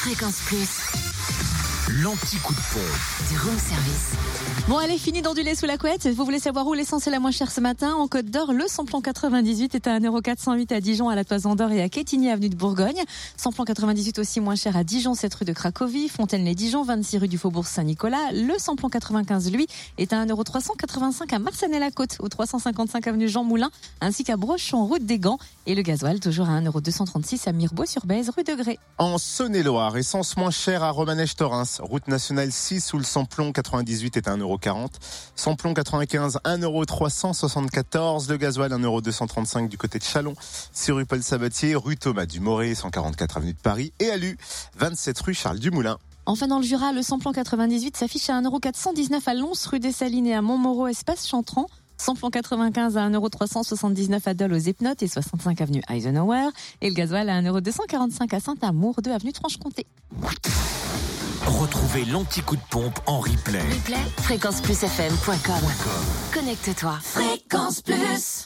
Fréquence Plus. L'anti-coup de pompe Du room service. Bon, allez, fini d'onduler sous la couette. Vous voulez savoir où l'essence est la moins chère ce matin? En Côte d'Or, le samplon 98 est à 1,408 € à Dijon, à la Toison d'Or et à Quetigny, avenue de Bourgogne. Samplon 98 aussi moins cher à Dijon, 7 rue de Cracovie, Fontaine-les-Dijon, 26 rue du Faubourg Saint-Nicolas. Le samplon 95, lui, est à 1,385 € à Marsanne-la-Côte, au 355 avenue Jean Moulin, ainsi qu'à Brochon, route des Gants. Et le gasoil, toujours à 1,236 € à Mirebeau-sur-Bèze, rue de Grès. En Saône-et-Loire, essence moins chère à Romanèche-Thorens, route nationale 6 où le samplon 98 est à 1,40 €. Samplon 95, 1,374 €. Le gasoil, 1,235 € du côté de Châlons. 6 rue Paul Sabatier, rue Thomas Dumoré, 144 avenue de Paris. Et à Luz, 27 rue Charles Dumoulin. Enfin, dans le Jura, le samplon 98 s'affiche à 1,419 € à Lons, rue des Salines et à Montmoreau, espace Chantran. Samplon 95 à 1,379 € à Dole aux Epnotes et 65 avenue Eisenhower. Et le gasoil à 1,245 € à Saint-Amour, 2 avenue de Franche-Comté. Retrouvez l'anti-coup de pompe en replay. Fréquenceplusfm.com. Connecte-toi. Fréquence Plus.